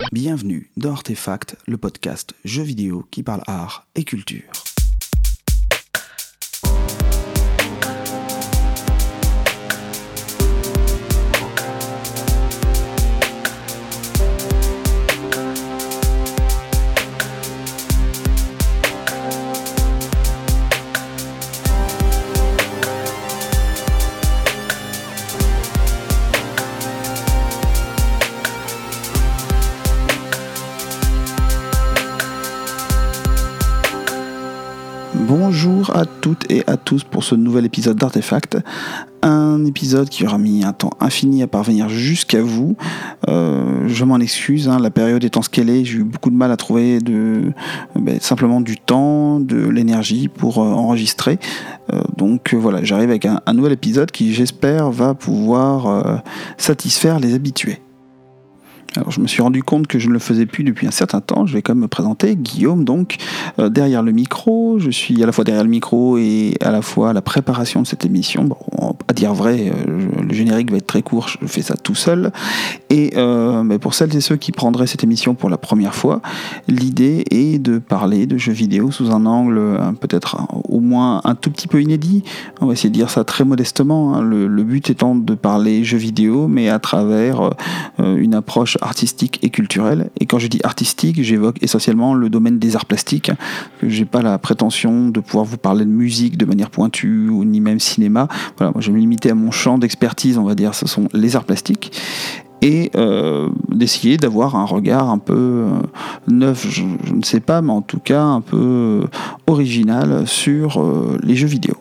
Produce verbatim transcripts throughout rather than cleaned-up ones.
Bienvenue dans Artefact, le podcast jeux vidéo qui parle art et culture. Bonjour à toutes et à tous pour ce nouvel épisode d'Artefact, un épisode qui aura mis un temps infini à parvenir jusqu'à vous. Euh, je m'en excuse, hein, la période étant ce qu'elle est, j'ai eu beaucoup de mal à trouver de, ben, simplement du temps, de l'énergie pour euh, enregistrer. Euh, donc euh, voilà, j'arrive avec un, un nouvel épisode qui, j'espère, va pouvoir euh, satisfaire les habitués. Alors je me suis rendu compte que je ne le faisais plus depuis un certain temps. Je vais quand même me présenter. Guillaume, donc, euh, derrière le micro. Je suis à la fois derrière le micro et à la fois à la préparation de cette émission. Bon, à dire vrai, euh, je, le générique va être très court, je fais ça tout seul. Et euh, mais pour celles et ceux qui prendraient cette émission pour la première fois, l'idée est de parler de jeux vidéo sous un angle euh, peut-être un, au moins un tout petit peu inédit. On va essayer de dire ça très modestement. Hein. Le, le but étant de parler jeux vidéo, mais à travers euh, une approche artistique et culturelle. Et quand je dis artistique, j'évoque essentiellement le domaine des arts plastiques. J'ai pas la prétention de pouvoir vous parler de musique de manière pointue ou ni même cinéma. Voilà, moi je vais me limiter à mon champ d'expertise, on va dire, ce sont les arts plastiques. Et euh, d'essayer d'avoir un regard un peu euh, neuf, je, je ne sais pas, mais en tout cas un peu euh, original sur euh, les jeux vidéo.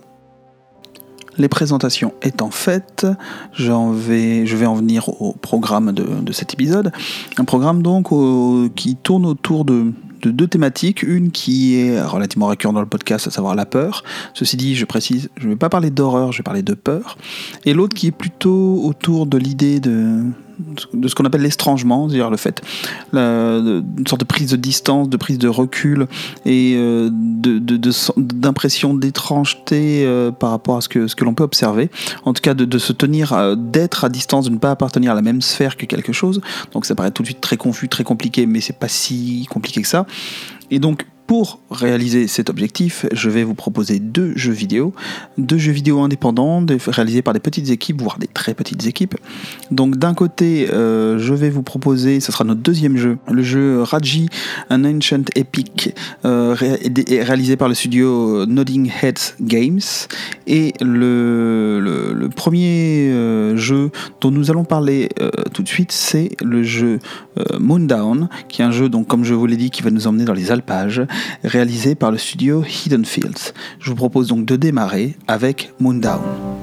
Les présentations étant faites, j'en vais, je vais en venir au programme de, de cet épisode. Un programme donc au, qui tourne autour de, de deux thématiques. Une qui est relativement récurrente dans le podcast, à savoir la peur. Ceci dit, je précise, je ne vais pas parler d'horreur, je vais parler de peur. Et l'autre qui est plutôt autour de l'idée de... de ce qu'on appelle l'estrangement, c'est-à-dire le fait, la, de, une sorte de prise de distance, de prise de recul et euh, de, de, de, d'impression d'étrangeté euh, par rapport à ce que, ce que l'on peut observer. En tout cas, de, de se tenir, euh, d'être à distance, de ne pas appartenir à la même sphère que quelque chose. Donc ça paraît tout de suite très confus, très compliqué, mais c'est pas si compliqué que ça. Et donc, pour réaliser cet objectif, je vais vous proposer deux jeux vidéo, deux jeux vidéo indépendants, réalisés par des petites équipes, voire des très petites équipes. Donc d'un côté, euh, je vais vous proposer, ce sera notre deuxième jeu, le jeu Raji, An Ancient Epic, euh, ré- réalisé par le studio Nodding Heads Games. Et le, le, le premier euh, jeu dont nous allons parler euh, tout de suite, c'est le jeu euh, Moondown, qui est un jeu, donc, comme je vous l'ai dit, qui va nous emmener dans les alpages, réalisé par le studio Hidden Fields. Je vous propose donc de démarrer avec Moondown.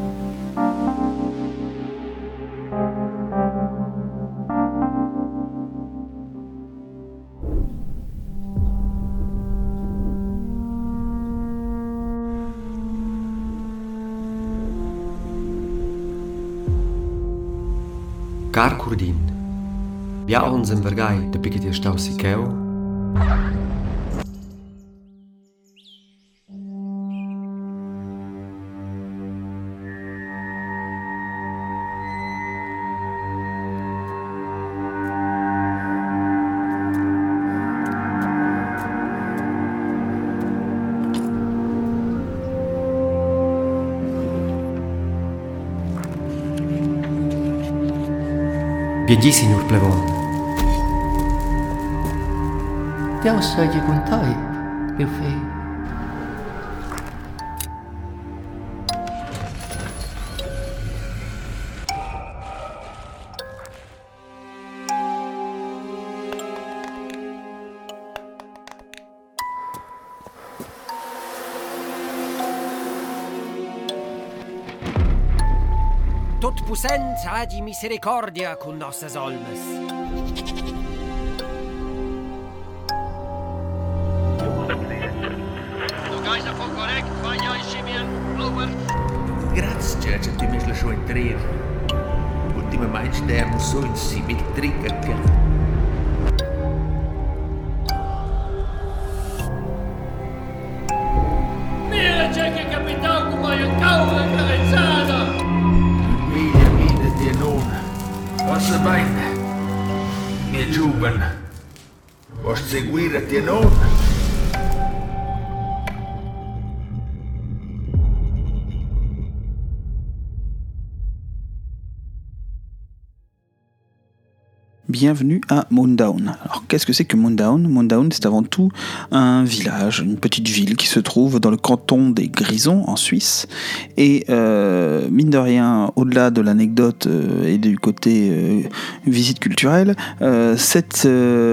Car Kurdin, bia ons en vergai de piquet de stau sikeu. Biedi, signor Plevon. Te ossaie contai, mio figlio. Tot pussent hagi misericordia con nossas almas. Grazie, che ti metti lasciò entrare. Ultimamente stiamo solo in si mit trica che. Mira, c'è che capitano come il cavolo carezzata. Mia vita di non. Passa bene. Mia giovane. Posso seguire a Tienone? Bienvenue à Moondown. Alors qu'est-ce que c'est que Moondown ? Moondown, c'est avant tout un village, une petite ville qui se trouve dans le canton des Grisons en Suisse. Et euh, mine de rien, au-delà de l'anecdote euh, et du côté euh, visite culturelle, euh, cette,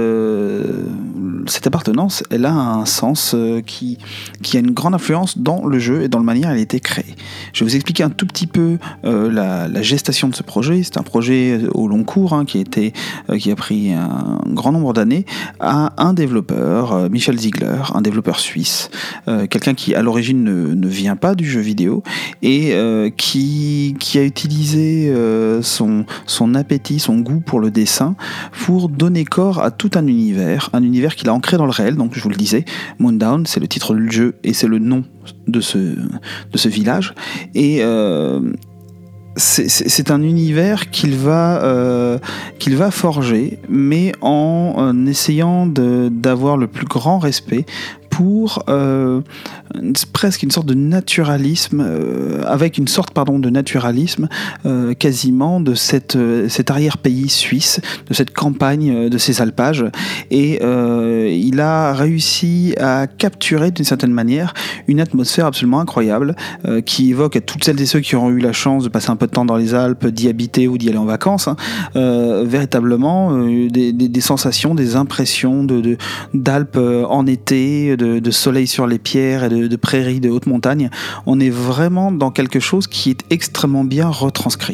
euh, cette appartenance, elle a un sens euh, qui, qui a une grande influence dans le jeu et dans la manière dont elle a été créée. Je vais vous expliquer un tout petit peu euh, la, la gestation de ce projet. C'est un projet au long cours hein, qui a été qui a pris un grand nombre d'années, à un développeur, Michel Ziegler, un développeur suisse, euh, quelqu'un qui à l'origine ne, ne vient pas du jeu vidéo et euh, qui, qui a utilisé euh, son, son appétit, son goût pour le dessin pour donner corps à tout un univers, un univers qu'il a ancré dans le réel. Donc je vous le disais, Moondown, c'est le titre du jeu et c'est le nom de ce, de ce village. Et euh, C'est, c'est, c'est un univers qu'il va, euh, qu'il va forger, mais en euh, essayant de, d'avoir le plus grand respect pour euh, presque une sorte de naturalisme, euh, avec une sorte pardon, de naturalisme euh, quasiment de cette, euh, cet arrière-pays suisse, de cette campagne, euh, de ces alpages. Et euh, il a réussi à capturer d'une certaine manière une atmosphère absolument incroyable euh, qui évoque à toutes celles et ceux qui auront eu la chance de passer un peu de temps dans les Alpes, d'y habiter ou d'y aller en vacances, hein, euh, véritablement euh, des, des, des sensations, des impressions de, de, d'Alpes euh, en été, de, de soleil sur les pierres et de, de prairies de haute montagne. On est vraiment dans quelque chose qui est extrêmement bien retranscrit.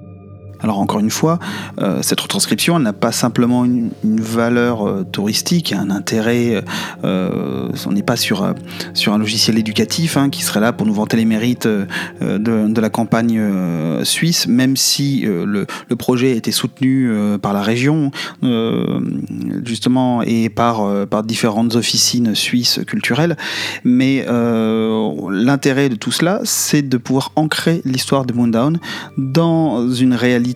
Alors encore une fois, euh, cette retranscription elle n'a pas simplement une, une valeur euh, touristique, un intérêt, euh, on n'est pas sur, euh, sur un logiciel éducatif hein, qui serait là pour nous vanter les mérites euh, de, de la campagne euh, suisse, même si euh, le, le projet a été soutenu euh, par la région euh, justement et par, euh, par différentes officines suisses culturelles, mais euh, l'intérêt de tout cela c'est de pouvoir ancrer l'histoire de Moondown dans une réalité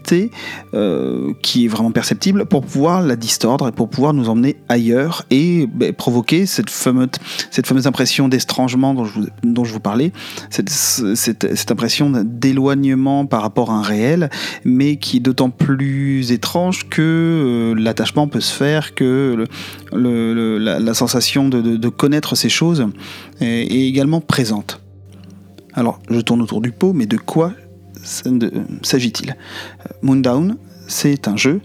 Euh, qui est vraiment perceptible pour pouvoir la distordre et pour pouvoir nous emmener ailleurs et bah, provoquer cette fameuse, cette fameuse impression d'estrangement dont je vous, dont je vous parlais, cette, cette, cette impression d'éloignement par rapport à un réel, mais qui est d'autant plus étrange que euh, l'attachement peut se faire, que le, le, le, la, la sensation de, de, de connaître ces choses est, est également présente. Alors, je tourne autour du pot, mais de quoi s'agit-il ? Moondown, c'est un jeu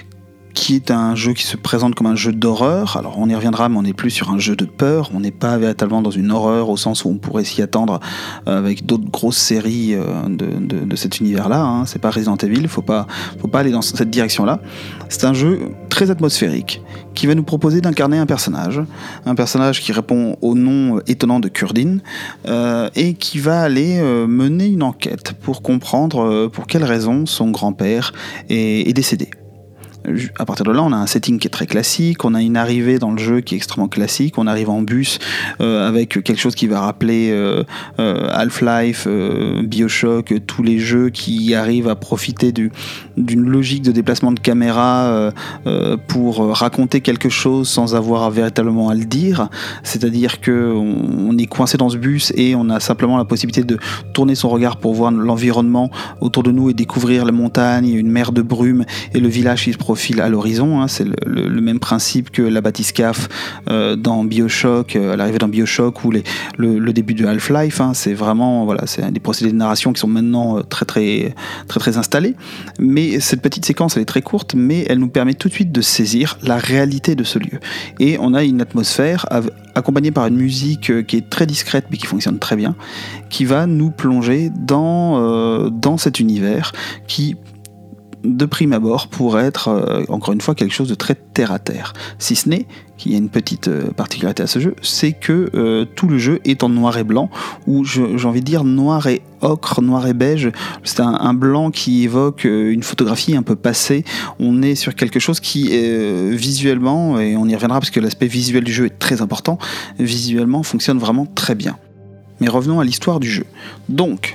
qui est un jeu qui se présente comme un jeu d'horreur. Alors on y reviendra, mais on n'est plus sur un jeu de peur, on n'est pas véritablement dans une horreur au sens où on pourrait s'y attendre avec d'autres grosses séries de, de, de cet univers-là, hein. C'est pas Resident Evil, faut pas, faut pas aller dans cette direction-là. C'est un jeu très atmosphérique, qui va nous proposer d'incarner un personnage, un personnage qui répond au nom étonnant de Kurdin, euh, et qui va aller euh, mener une enquête pour comprendre euh, pour quelles raisons son grand-père est, est décédé. À partir de là, on a un setting qui est très classique, on a une arrivée dans le jeu qui est extrêmement classique, on arrive en bus euh, avec quelque chose qui va rappeler euh, euh, Half-Life, euh, Bioshock, tous les jeux qui arrivent à profiter du, d'une logique de déplacement de caméra euh, euh, pour raconter quelque chose sans avoir véritablement à le dire, c'est-à-dire qu'on on est coincé dans ce bus et on a simplement la possibilité de tourner son regard pour voir l'environnement autour de nous et découvrir la montagne, une mer de brume et le village qui se profile à l'horizon, hein, c'est le, le, le même principe que la bathyscaphe euh, dans Bioshock, euh, à l'arrivée dans Bioshock ou les, le, le début de Half-Life, hein, c'est vraiment voilà, c'est des procédés de narration qui sont maintenant euh, très très très très installés. Mais cette petite séquence, elle est très courte, mais elle nous permet tout de suite de saisir la réalité de ce lieu. Et on a une atmosphère av- accompagnée par une musique euh, qui est très discrète mais qui fonctionne très bien, qui va nous plonger dans euh, dans cet univers qui de prime abord pour être euh, encore une fois quelque chose de très terre à terre, si ce n'est qu'il y a une petite euh, particularité à ce jeu, c'est que euh, tout le jeu est en noir et blanc, ou je, j'ai envie de dire noir et ocre, noir et beige. C'est un, un blanc qui évoque euh, une photographie un peu passée. On est sur quelque chose qui euh, visuellement, et on y reviendra parce que l'aspect visuel du jeu est très important, visuellement fonctionne vraiment très bien. Mais revenons à l'histoire du jeu. Donc,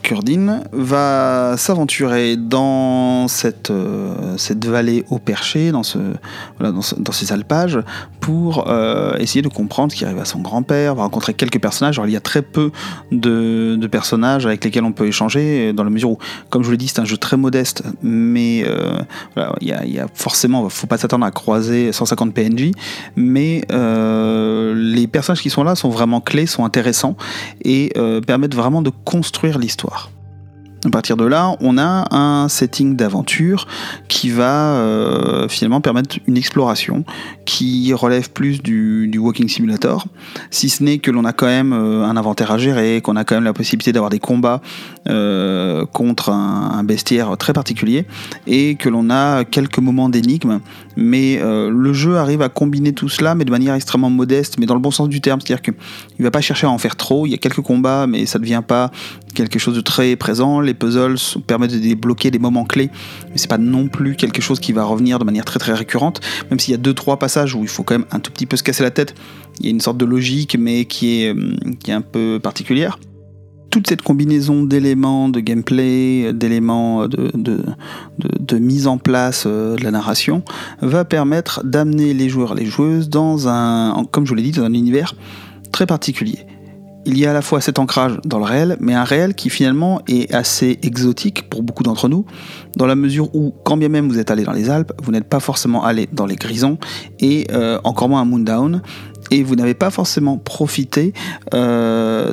Kurdin va s'aventurer dans cette, euh, cette vallée au perché, dans, ce, voilà, dans, ce, dans ces alpages, pour euh, essayer de comprendre ce qui arrive à son grand-père, va rencontrer quelques personnages. Alors, il y a très peu de, de personnages avec lesquels on peut échanger, dans la mesure où, comme je vous l'ai dit, c'est un jeu très modeste, mais euh, voilà, il y a, il y a forcément, il ne faut pas s'attendre à croiser cent cinquante P N J, mais euh, les personnages qui sont là sont vraiment clés, sont intéressants et euh, permettent vraiment de construire l'histoire. À partir de là, on a un setting d'aventure qui va euh, finalement permettre une exploration qui relève plus du, du walking simulator, si ce n'est que l'on a quand même euh, un inventaire à gérer, qu'on a quand même la possibilité d'avoir des combats euh, contre un, un bestiaire très particulier, et que l'on a quelques moments d'énigmes, mais euh, le jeu arrive à combiner tout cela, mais de manière extrêmement modeste, mais dans le bon sens du terme, c'est-à-dire qu'il ne va pas chercher à en faire trop, il y a quelques combats, mais ça ne devient pas quelque chose de très présent. Les puzzles permettent de débloquer des moments clés, mais c'est pas non plus quelque chose qui va revenir de manière très très récurrente, même s'il y a deux trois passages où il faut quand même un tout petit peu se casser la tête. Il y a une sorte de logique, mais qui est, qui est un peu particulière. Toute cette combinaison d'éléments de gameplay, d'éléments de, de, de, de mise en place de la narration, va permettre d'amener les joueurs et les joueuses dans un, comme je vous l'ai dit, dans un univers très particulier. Il y a à la fois cet ancrage dans le réel, mais un réel qui finalement est assez exotique pour beaucoup d'entre nous, dans la mesure où, quand bien même vous êtes allé dans les Alpes, vous n'êtes pas forcément allé dans les Grisons, et euh, encore moins à Moondown, et vous n'avez pas forcément profité euh,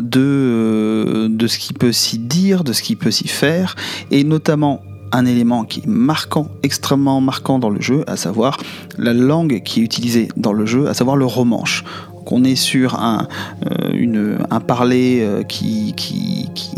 de, de ce qui peut s'y dire, de ce qui peut s'y faire, et notamment un élément qui est marquant, extrêmement marquant dans le jeu, à savoir la langue qui est utilisée dans le jeu, à savoir le romanche. On est sur un, euh, une, un parler euh, qui, qui, qui,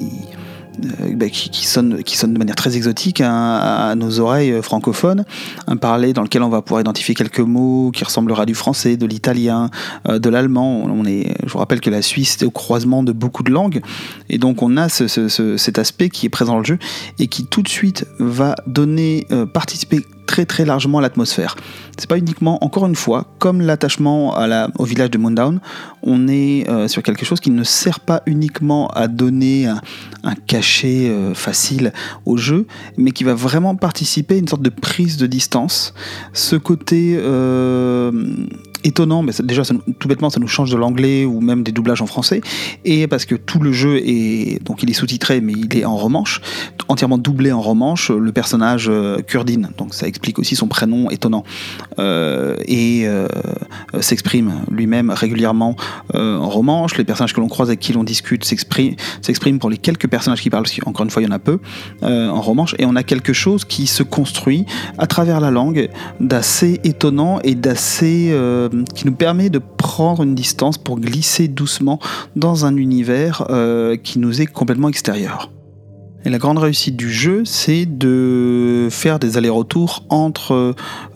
euh, bah, qui, qui, sonne, qui sonne de manière très exotique à, à nos oreilles francophones, un parler dans lequel on va pouvoir identifier quelques mots qui ressemblera à du français, de l'italien, euh, de l'allemand. On est, je vous rappelle que la Suisse est au croisement de beaucoup de langues, et donc on a ce, ce, ce, cet aspect qui est présent dans le jeu et qui tout de suite va donner, euh, participer très très largement à l'atmosphère. C'est pas uniquement, encore une fois, comme l'attachement à la, au village de Moondown, on est euh, sur quelque chose qui ne sert pas uniquement à donner un, un cachet euh, facile au jeu, mais qui va vraiment participer à une sorte de prise de distance. Ce côté euh, étonnant, mais ça, déjà ça, tout bêtement ça nous change de l'anglais ou même des doublages en français, et parce que tout le jeu est, donc il est sous-titré mais il est en romanche, entièrement doublé en romanche, le personnage euh, Kurdin, donc ça explique aussi son prénom étonnant, euh, et euh, s'exprime lui-même régulièrement euh, en romanche. Les personnages que l'on croise, avec qui l'on discute, s'expriment, s'expriment pour les quelques personnages qui parlent, parce qu'encore une fois il y en a peu, euh, en romanche, et on a quelque chose qui se construit à travers la langue d'assez étonnant et d'assez euh, qui nous permet de prendre une distance pour glisser doucement dans un univers euh, qui nous est complètement extérieur. Et la grande réussite du jeu, c'est de faire des allers-retours entre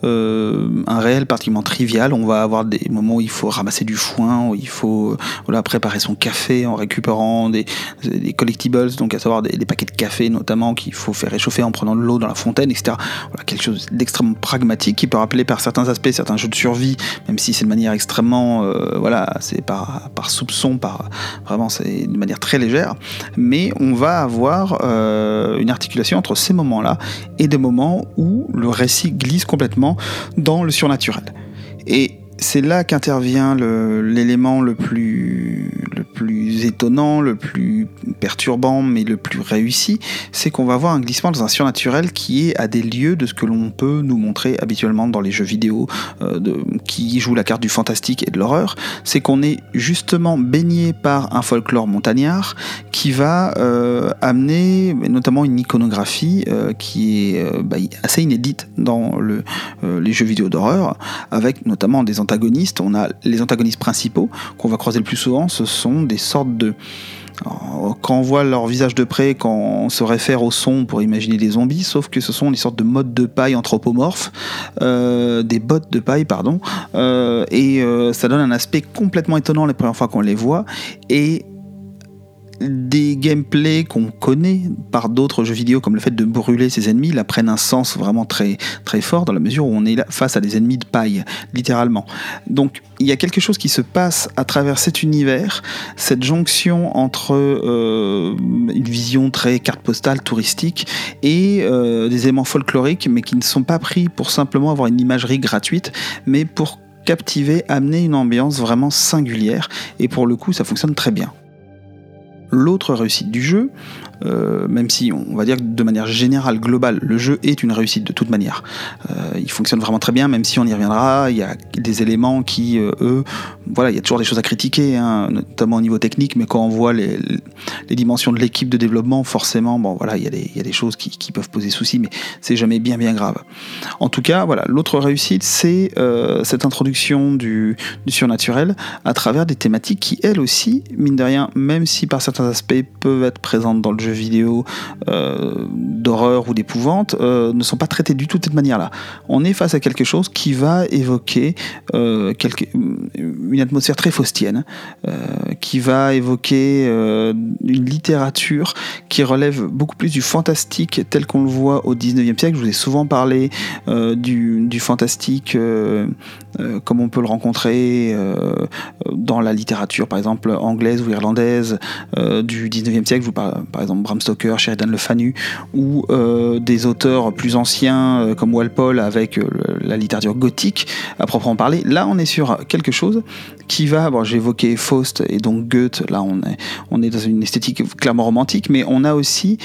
euh, un réel particulièrement trivial. On va avoir des moments où il faut ramasser du foin, où il faut voilà, préparer son café en récupérant des, des collectibles, donc à savoir des, des paquets de café notamment qu'il faut faire réchauffer en prenant de l'eau dans la fontaine, et cetera. Voilà, quelque chose d'extrêmement pragmatique qui peut rappeler par certains aspects certains jeux de survie, même si c'est de manière extrêmement, euh, voilà, c'est par, par soupçon, par vraiment c'est de manière très légère, mais on va avoir euh, une articulation entre ces moments-là et des moments où le récit glisse complètement dans le surnaturel. Et c'est là qu'intervient le, l'élément le plus, le plus étonnant, le plus perturbant, mais le plus réussi, c'est qu'on va avoir un glissement dans un surnaturel qui est à des lieux de ce que l'on peut nous montrer habituellement dans les jeux vidéo euh, de, qui jouent la carte du fantastique et de l'horreur. C'est qu'on est justement baigné par un folklore montagnard qui va euh, amener notamment une iconographie euh, qui est euh, bah, assez inédite dans le, euh, les jeux vidéo d'horreur, avec notamment des antagonistes. On a les antagonistes principaux qu'on va croiser le plus souvent, ce sont des sortes de... Quand on voit leur visage de près, quand on se réfère au son pour imaginer des zombies, sauf que ce sont des sortes de mottes de paille anthropomorphes, euh, des bottes de paille, pardon, euh, et euh, ça donne un aspect complètement étonnant les premières fois qu'on les voit, et des gameplays qu'on connaît par d'autres jeux vidéo, comme le fait de brûler ses ennemis, là prennent un sens vraiment très, très fort, dans la mesure où on est là face à des ennemis de paille, littéralement. Donc il y a quelque chose qui se passe à travers cet univers, cette jonction entre euh, une vision très carte postale, touristique, et euh, des éléments folkloriques, mais qui ne sont pas pris pour simplement avoir une imagerie gratuite, mais pour captiver, amener une ambiance vraiment singulière, et pour le coup ça fonctionne très bien. L'autre réussite du jeu, euh, même si on va dire que de manière générale, globale, le jeu est une réussite de toute manière. Euh, il fonctionne vraiment très bien, même si on y reviendra, il y a des éléments qui, euh, eux, voilà, il y a toujours des choses à critiquer, hein, notamment au niveau technique, mais quand on voit les, les dimensions de l'équipe de développement, forcément, bon, voilà, il y a des, il y a des choses qui, qui peuvent poser souci, mais c'est jamais bien bien grave. En tout cas, voilà, l'autre réussite, c'est euh, cette introduction du, du surnaturel à travers des thématiques qui, elles aussi, mine de rien, même si par certains aspects peuvent être présentes dans le jeu vidéo euh, d'horreur ou d'épouvante, euh, ne sont pas traitées du tout de cette manière-là. On est face à quelque chose qui va évoquer euh, quelque, une atmosphère très faustienne, euh, qui va évoquer euh, une littérature qui relève beaucoup plus du fantastique tel qu'on le voit au dix-neuvième siècle. Je vous ai souvent parlé euh, du, du fantastique euh, euh, comme on peut le rencontrer euh, dans la littérature, par exemple anglaise ou irlandaise, euh, du dix-neuvième siècle, je vous parle, par exemple Bram Stoker, Sheridan Le Fanu, ou euh, des auteurs plus anciens euh, comme Walpole avec euh, la littérature gothique à proprement parler. Là, on est sur quelque chose qui va, bon, j'ai évoqué Faust et donc Goethe, là on est, on est dans une esthétique clairement romantique, mais on a aussi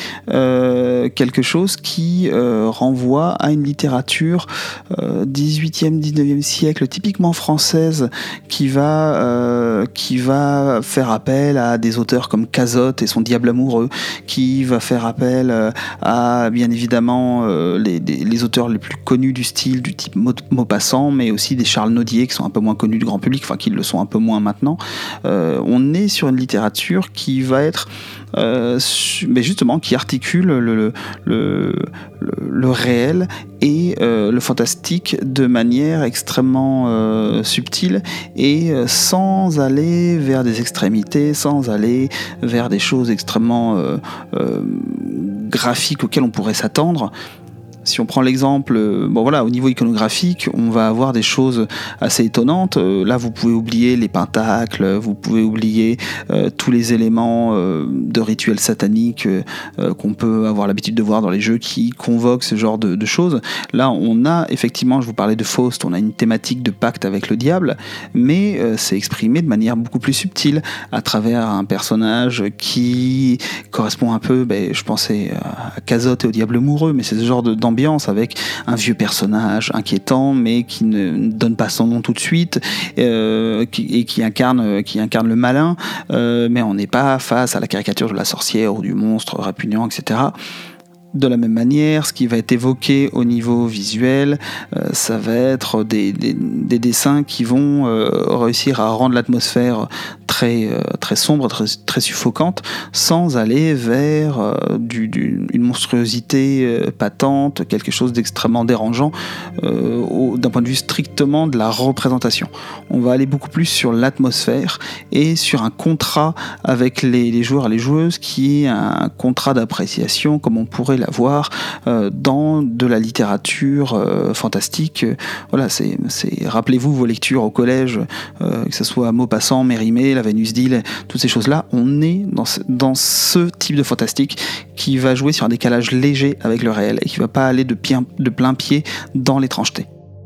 euh, quelque chose qui euh, renvoie à une littérature euh, dix-huitième, dix-neuvième siècle, typiquement française, qui va, euh, qui va faire appel à des auteurs comme Cazotte et son Diable amoureux, qui va faire appel euh, à, bien évidemment, euh, les, les, les auteurs les plus connus du style, du type Maupassant, mais aussi des Charles Nodier, qui sont un peu moins connus du grand public, enfin qui le sont un peu moins maintenant. Euh, on est sur une littérature qui va être euh, mais justement qui articule le, le, le, le, le réel et euh, le fantastique de manière extrêmement euh, subtile et euh, sans aller vers des extrémités, sans aller vers des choses extrêmement euh, euh, graphiques auxquelles on pourrait s'attendre. Si on prend l'exemple, bon voilà, au niveau iconographique, on va avoir des choses assez étonnantes. Euh, là, vous pouvez oublier les pentacles, vous pouvez oublier euh, tous les éléments euh, de rituels sataniques euh, qu'on peut avoir l'habitude de voir dans les jeux qui convoquent ce genre de, de choses. Là, on a effectivement, je vous parlais de Faust, on a une thématique de pacte avec le diable, mais euh, c'est exprimé de manière beaucoup plus subtile à travers un personnage qui correspond un peu, ben, je pensais à Cazotte et au Diable amoureux, mais c'est ce genre de, d'ambiance avec un vieux personnage inquiétant mais qui ne donne pas son nom tout de suite euh, qui, et qui incarne, qui incarne le malin, euh, mais on n'est pas face à la caricature de la sorcière ou du monstre répugnant, et cetera. De la même manière, ce qui va être évoqué au niveau visuel, euh, ça va être des, des, des dessins qui vont euh, réussir à rendre l'atmosphère très, euh, très sombre, très, très suffocante, sans aller vers euh, du, du, une monstruosité euh, patente, quelque chose d'extrêmement dérangeant euh, au, d'un point de vue strictement de la représentation. On va aller beaucoup plus sur l'atmosphère et sur un contrat avec les, les joueurs et les joueuses qui est un contrat d'appréciation comme on pourrait l'avoir euh, dans de la littérature euh, fantastique. Voilà, c'est, c'est, rappelez-vous vos lectures au collège, euh, que ce soit Maupassant, Mérimée, la Vénus d'Île, toutes ces choses-là, on est dans ce, dans ce type de fantastique qui va jouer sur un décalage léger avec le réel et qui ne va pas aller de, pi- de plein pied dans l'étrangeté.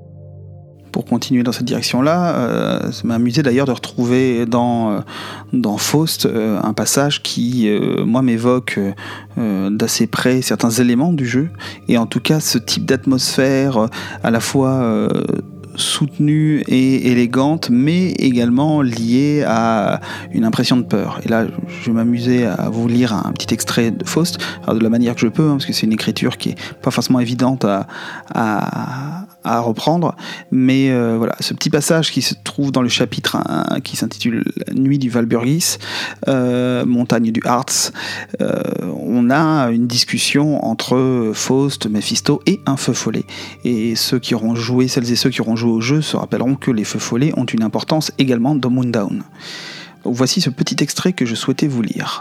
Pour continuer dans cette direction-là, euh, ça m'a amusé d'ailleurs de retrouver dans, euh, dans Faust euh, un passage qui, euh, moi, m'évoque euh, d'assez près certains éléments du jeu, et en tout cas ce type d'atmosphère euh, à la fois euh, soutenue et élégante, mais également liée à une impression de peur. Et là, je vais m'amuser à vous lire un petit extrait de Faust, alors de la manière que je peux, hein, parce que c'est une écriture qui est pas forcément évidente à, à, à reprendre, mais euh, voilà, ce petit passage qui se trouve dans le chapitre un, qui s'intitule Nuit du Walpurgis, euh, montagne du Harz, euh, on a une discussion entre Faust, Méphisto et un feu follet. Et ceux qui auront joué, celles et ceux qui auront joué au jeu se rappelleront que les feux follets ont une importance également dans Moondown. Donc voici ce petit extrait que je souhaitais vous lire.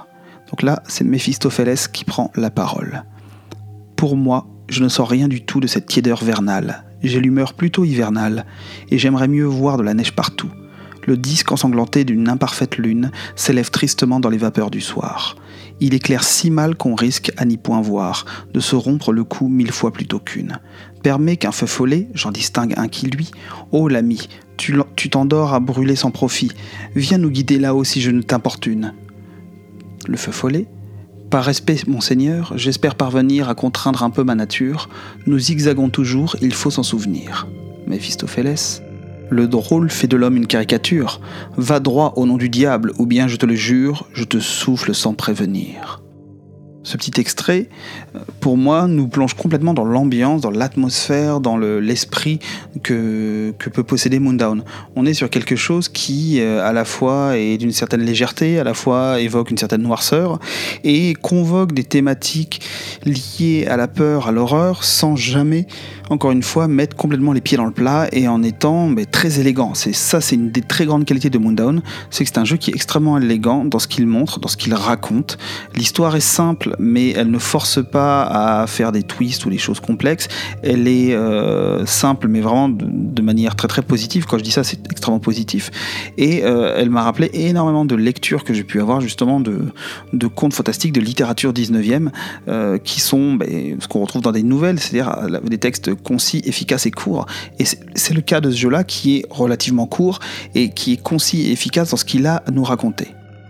Donc là, c'est Méphistophélès qui prend la parole. Pour moi, je ne sens rien du tout de cette tiédeur vernale. J'ai l'humeur plutôt hivernale, et j'aimerais mieux voir de la neige partout. Le disque ensanglanté d'une imparfaite lune s'élève tristement dans les vapeurs du soir. Il éclaire si mal qu'on risque, à n'y point voir, de se rompre le cou mille fois plutôt qu'une. Permet qu'un feu follet, j'en distingue un qui lui, « Oh l'ami, tu, tu t'endors à brûler sans profit, viens nous guider là-haut si je ne t'importune. » Le feu follet ? Par respect, monseigneur, j'espère parvenir à contraindre un peu ma nature. Nous zigzagons toujours, il faut s'en souvenir. Méphistophélès. Le drôle fait de l'homme une caricature. Va droit au nom du diable, ou bien, je te le jure, je te souffle sans prévenir. Ce petit extrait, pour moi, nous plonge complètement dans l'ambiance, dans l'atmosphère, dans le, l'esprit que, que peut posséder Moondown. On est sur quelque chose qui, à la fois, est d'une certaine légèreté, à la fois évoque une certaine noirceur, et convoque des thématiques liées à la peur, à l'horreur, sans jamais, encore une fois, mettre complètement les pieds dans le plat, et en étant mais, très élégant. C'est, ça, c'est une des très grandes qualités de Moondown, c'est que c'est un jeu qui est extrêmement élégant dans ce qu'il montre, dans ce qu'il raconte. L'histoire est simple, mais elle ne force pas à faire des twists ou des choses complexes. Elle est euh, simple, mais vraiment de, de manière très très positive. Quand je dis ça, c'est extrêmement positif. Et euh, elle m'a rappelé énormément de lectures que j'ai pu avoir justement de, de contes fantastiques, de littérature dix-neuvième, euh, qui sont bah, ce qu'on retrouve dans des nouvelles, c'est-à-dire des textes concis, efficaces et courts. Et c'est, c'est le cas de ce jeu-là qui est relativement court et qui est concis et efficace dans ce qu'il a à nous raconter.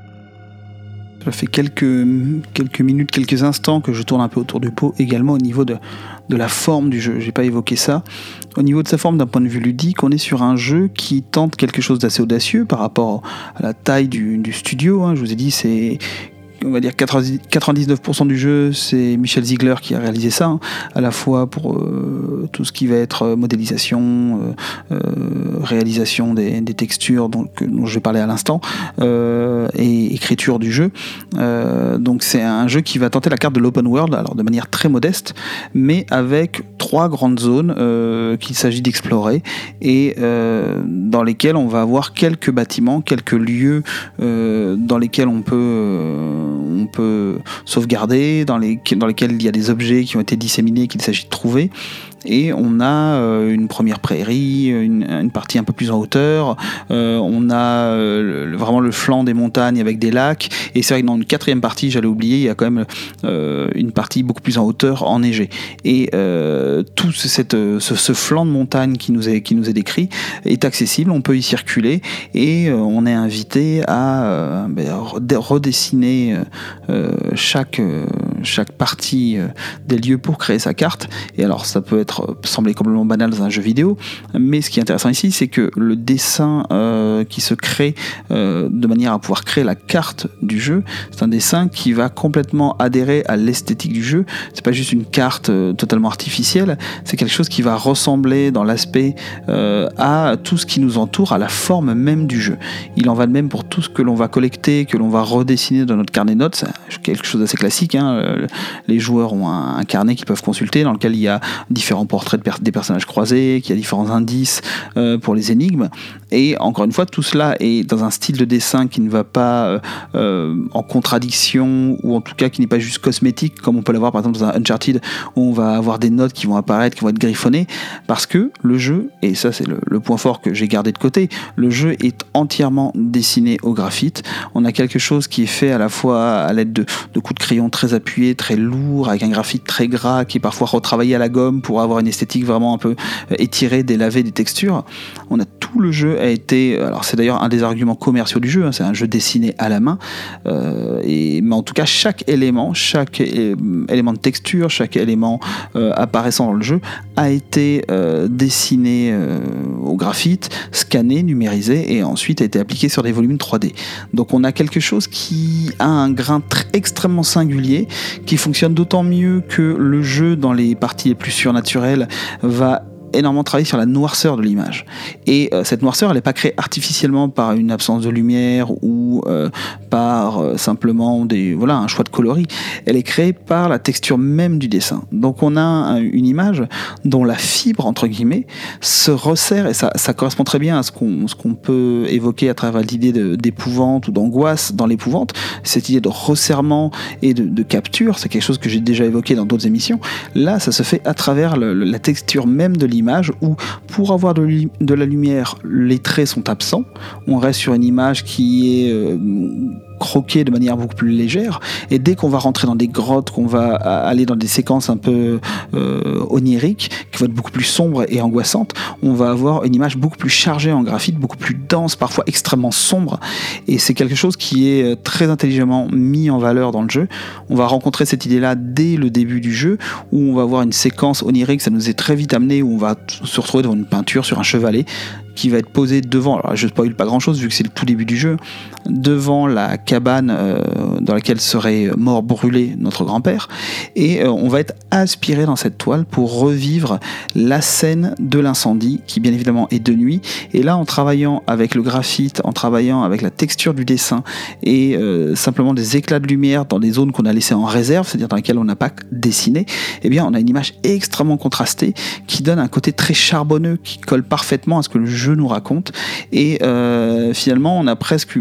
Ça fait quelques, quelques minutes, quelques instants que je tourne un peu autour du pot, également au niveau de, de la forme du jeu. J'ai pas évoqué ça. Au niveau de sa forme, d'un point de vue ludique, on est sur un jeu qui tente quelque chose d'assez audacieux par rapport à la taille du, du studio. Hein. Je vous ai dit, c'est... on va dire quatre-vingt-dix-neuf pour cent du jeu, c'est Michel Ziegler qui a réalisé ça, hein, à la fois pour euh, tout ce qui va être modélisation, euh, euh, réalisation des, des textures dont, que, dont je vais parler à l'instant, euh, et écriture du jeu. Euh, donc c'est un jeu qui va tenter la carte de l'open world, alors de manière très modeste, mais avec trois grandes zones euh, qu'il s'agit d'explorer et euh, dans lesquelles on va avoir quelques bâtiments, quelques lieux euh, dans lesquels on peut euh, on peut sauvegarder, dans, les, dans lesquels il y a des objets qui ont été disséminés qu'il s'agit de trouver. Et on a euh, une première prairie, une, une partie un peu plus en hauteur, euh, on a euh, le, vraiment le flanc des montagnes avec des lacs, et c'est vrai que dans une quatrième partie, j'allais oublier, il y a quand même euh, une partie beaucoup plus en hauteur, enneigée. Et euh, tout cette, ce, ce flanc de montagne qui nous est, qui nous est décrit est accessible, on peut y circuler, et euh, on est invité à euh, ben, redessiner euh, chaque, euh, chaque partie euh, des lieux pour créer sa carte. Et alors ça peut être sembler complètement banal dans un jeu vidéo, mais ce qui est intéressant ici, c'est que le dessin euh, qui se crée euh, de manière à pouvoir créer la carte du jeu, c'est un dessin qui va complètement adhérer à l'esthétique du jeu. C'est pas juste une carte euh, totalement artificielle, c'est quelque chose qui va ressembler dans l'aspect euh, à tout ce qui nous entoure, à la forme même du jeu. Il en va de même pour tout ce que l'on va collecter, que l'on va redessiner dans notre carnet de notes. C'est quelque chose d'assez classique, hein. Les joueurs ont un, un carnet qu'ils peuvent consulter dans lequel il y a différents portraits de per- des personnages croisés, qu'il y a différents indices euh, pour les énigmes, et encore une fois tout cela est dans un style de dessin qui ne va pas euh, euh, en contradiction, ou en tout cas qui n'est pas juste cosmétique comme on peut l'avoir par exemple dans un Uncharted où on va avoir des notes qui vont apparaître, qui vont être griffonnées, parce que le jeu, et ça c'est le, le point fort que j'ai gardé de côté, le jeu est entièrement dessiné au graphite. On a quelque chose qui est fait à la fois à l'aide de, de coups de crayon très appuyés, très lourds, avec un graphite très gras qui est parfois retravaillé à la gomme pour avoir une esthétique vraiment un peu étirée, délavée des textures. On a tout le jeu a été, alors c'est d'ailleurs un des arguments commerciaux du jeu, hein, c'est un jeu dessiné à la main, euh, et, mais en tout cas chaque élément, chaque é- élément de texture, chaque élément euh, apparaissant dans le jeu a été euh, dessiné euh, au graphite, scanné, numérisé et ensuite a été appliqué sur des volumes trois D. Donc on a quelque chose qui a un grain très, extrêmement singulier, qui fonctionne d'autant mieux que le jeu dans les parties les plus surnaturelles va énormément travaillé sur la noirceur de l'image. Et euh, cette noirceur, elle n'est pas créée artificiellement par une absence de lumière ou euh, par euh, simplement des, voilà, un choix de coloris. Elle est créée par la texture même du dessin. Donc on a un, une image dont la fibre, entre guillemets, se resserre, et ça, ça correspond très bien à ce qu'on, ce qu'on peut évoquer à travers l'idée de, d'épouvante ou d'angoisse dans l'épouvante. Cette idée de resserrement et de, de capture, c'est quelque chose que j'ai déjà évoqué dans d'autres émissions. Là, ça se fait à travers le, la texture même de l'image, où pour avoir de, de la lumière, les traits sont absents. On reste sur une image qui est euh, croquée de manière beaucoup plus légère, et dès qu'on va rentrer dans des grottes, qu'on va aller dans des séquences un peu euh, oniriques, qui vont être beaucoup plus sombres et angoissantes, on va avoir une image beaucoup plus chargée en graphite, beaucoup plus dense, parfois extrêmement sombre, et c'est quelque chose qui est très intelligemment mis en valeur dans le jeu. On va rencontrer cette idée-là dès le début du jeu, où on va avoir une séquence onirique, ça nous est très vite amené, où on va se retrouver devant une peinture sur un chevalet qui va être posé devant, alors je ne spoil pas grand chose vu que c'est le tout début du jeu, devant la cabane euh, dans laquelle serait mort brûlé notre grand-père, et euh, on va être aspiré dans cette toile pour revivre la scène de l'incendie, qui bien évidemment est de nuit, et là en travaillant avec le graphite, en travaillant avec la texture du dessin, et euh, simplement des éclats de lumière dans des zones qu'on a laissées en réserve, c'est-à-dire dans lesquelles on n'a pas dessiné, eh bien on a une image extrêmement contrastée, qui donne un côté très charbonneux, qui colle parfaitement à ce que le jeu nous raconte, et euh, finalement on a presque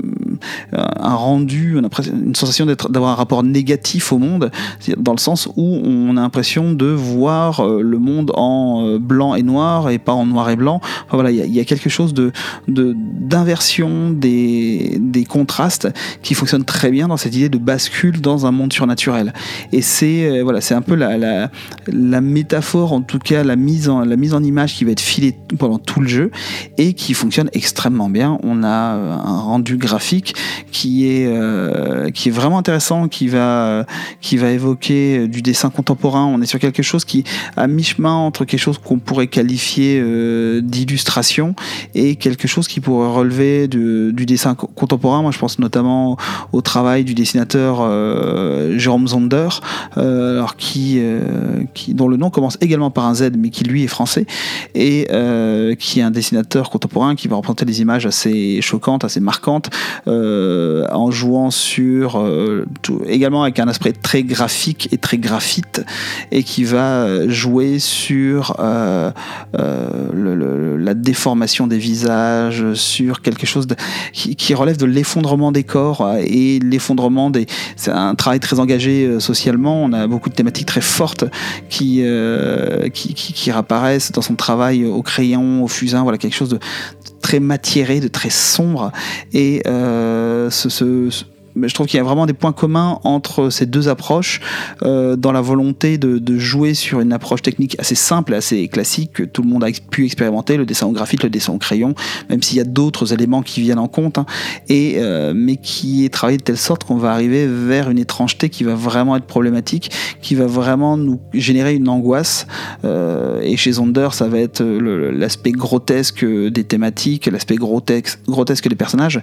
un rendu, on a presque une sensation d'être, d'avoir un rapport négatif au monde, dans le sens où on a l'impression de voir le monde en blanc et noir et pas en noir et blanc. Enfin, voilà, il y, y a quelque chose de, de d'inversion des, des contrastes qui fonctionne très bien dans cette idée de bascule dans un monde surnaturel. Et c'est voilà, c'est un peu la, la, la métaphore, en tout cas la mise en, la mise en image qui va être filée pendant tout le jeu et qui fonctionne extrêmement bien. On a un rendu graphique qui est euh, qui est vraiment intéressant, qui va qui va évoquer du dessin contemporain. On est sur quelque chose qui à mi-chemin entre quelque chose qu'on pourrait qualifier euh, d'illustration et quelque chose qui pourrait relever de, du dessin co- contemporain. Moi, je pense notamment au travail du dessinateur euh, Jérôme Zonder, euh, alors qui euh, qui dont le nom commence également par un Z, mais qui lui est français et euh, qui est un dessinateur contemporain qui va représenter des images assez choquantes, assez marquantes, euh, en jouant sur euh, tout, également avec un aspect très graphique et très graphite, et qui va jouer sur euh, euh, le, le, la déformation des visages, sur quelque chose de, qui, qui relève de l'effondrement des corps et l'effondrement des... C'est un travail très engagé euh, socialement. On a beaucoup de thématiques très fortes qui, euh, qui, qui, qui réapparaissent dans son travail au crayon, au fusain, voilà, quelque chose de très matiéré, de très sombre, et euh, ce, ce, ce je trouve qu'il y a vraiment des points communs entre ces deux approches, euh, dans la volonté de, de jouer sur une approche technique assez simple et assez classique que tout le monde a pu expérimenter, le dessin au graphite, le dessin au crayon, même s'il y a d'autres éléments qui viennent en compte, hein, et, euh, mais qui est travaillé de telle sorte qu'on va arriver vers une étrangeté qui va vraiment être problématique, qui va vraiment nous générer une angoisse, euh, et chez Zonder ça va être le, l'aspect grotesque des thématiques, l'aspect grotesque, grotesque des personnages.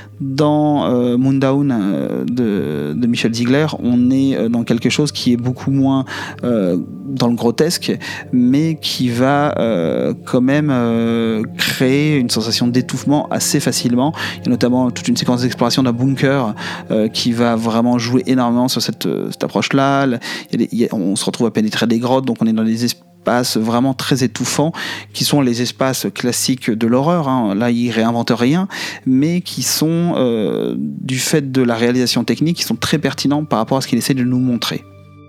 Dans euh, Moondown euh, de, de Michel Ziegler, on est euh, dans quelque chose qui est beaucoup moins euh, dans le grotesque, mais qui va euh, quand même euh, créer une sensation d'étouffement assez facilement. Il y a notamment toute une séquence d'exploration d'un bunker euh, qui va vraiment jouer énormément sur cette, cette approche-là. Il y a des, il y a, on se retrouve à pénétrer des grottes, donc on est dans des espaces espaces vraiment très étouffants, qui sont les espaces classiques de l'horreur, hein. Là ils réinventent rien, mais qui sont euh, du fait de la réalisation technique, qui sont très pertinents par rapport à ce qu'il essaie de nous montrer.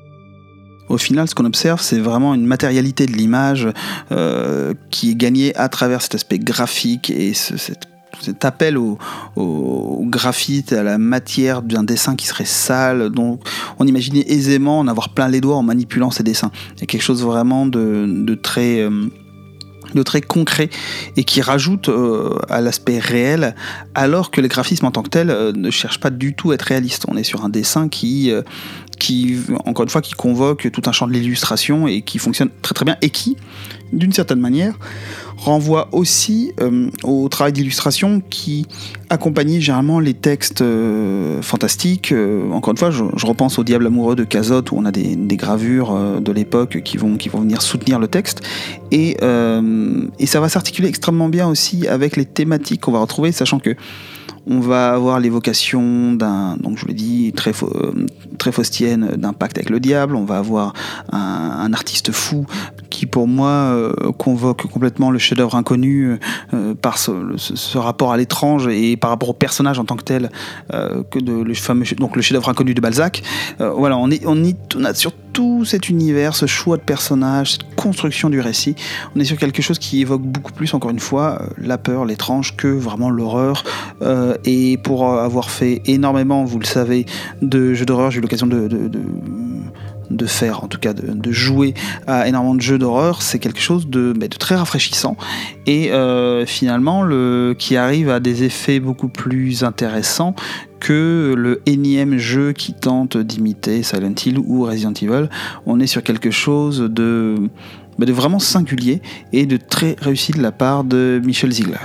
Au final, ce qu'on observe, c'est vraiment une matérialité de l'image euh, qui est gagnée à travers cet aspect graphique et ce, cette cet appel au, au, au graphite, à la matière d'un dessin qui serait sale, donc on imaginait aisément en avoir plein les doigts en manipulant ces dessins. Il y a quelque chose vraiment de, de très... Euh, de très concret et qui rajoute euh, à l'aspect réel, alors que le graphisme en tant que tel euh, ne cherche pas du tout à être réaliste. On est sur un dessin qui, euh, qui, encore une fois, qui convoque tout un champ de l'illustration et qui fonctionne très très bien et qui, d'une certaine manière, renvoie aussi euh, au travail d'illustration qui accompagnait généralement les textes euh, fantastiques. Euh, encore une fois, je, je repense au Diable amoureux de Cazotte, où on a des, des gravures euh, de l'époque qui vont, qui vont venir soutenir le texte. Et, euh, et ça va s'articuler extrêmement bien aussi avec les thématiques qu'on va retrouver, sachant que on va avoir l'évocation d'un, donc je vous l'ai dit, très, très faustienne, d'un pacte avec le diable. On va avoir un, un artiste fou qui, pour moi, euh, convoque complètement le chef-d'œuvre inconnu euh, par ce, ce, ce rapport à l'étrange et par rapport au personnage en tant que tel, euh, que de, le fameux, donc le chef-d'œuvre inconnu de Balzac. Euh, voilà, on, est, on, est, on a sur tout cet univers, ce choix de personnages, cette construction du récit. On est sur quelque chose qui évoque beaucoup plus, encore une fois, la peur, l'étrange, que vraiment l'horreur. Euh, et pour avoir fait énormément, vous le savez, de jeux d'horreur, j'ai eu l'occasion de, de, de, de faire, en tout cas de, de jouer à énormément de jeux d'horreur. C'est quelque chose de, de très rafraîchissant et euh, finalement le, qui arrive à des effets beaucoup plus intéressants que le énième jeu qui tente d'imiter Silent Hill ou Resident Evil. On est sur quelque chose de, de vraiment singulier et de très réussi de la part de Michel Ziegler.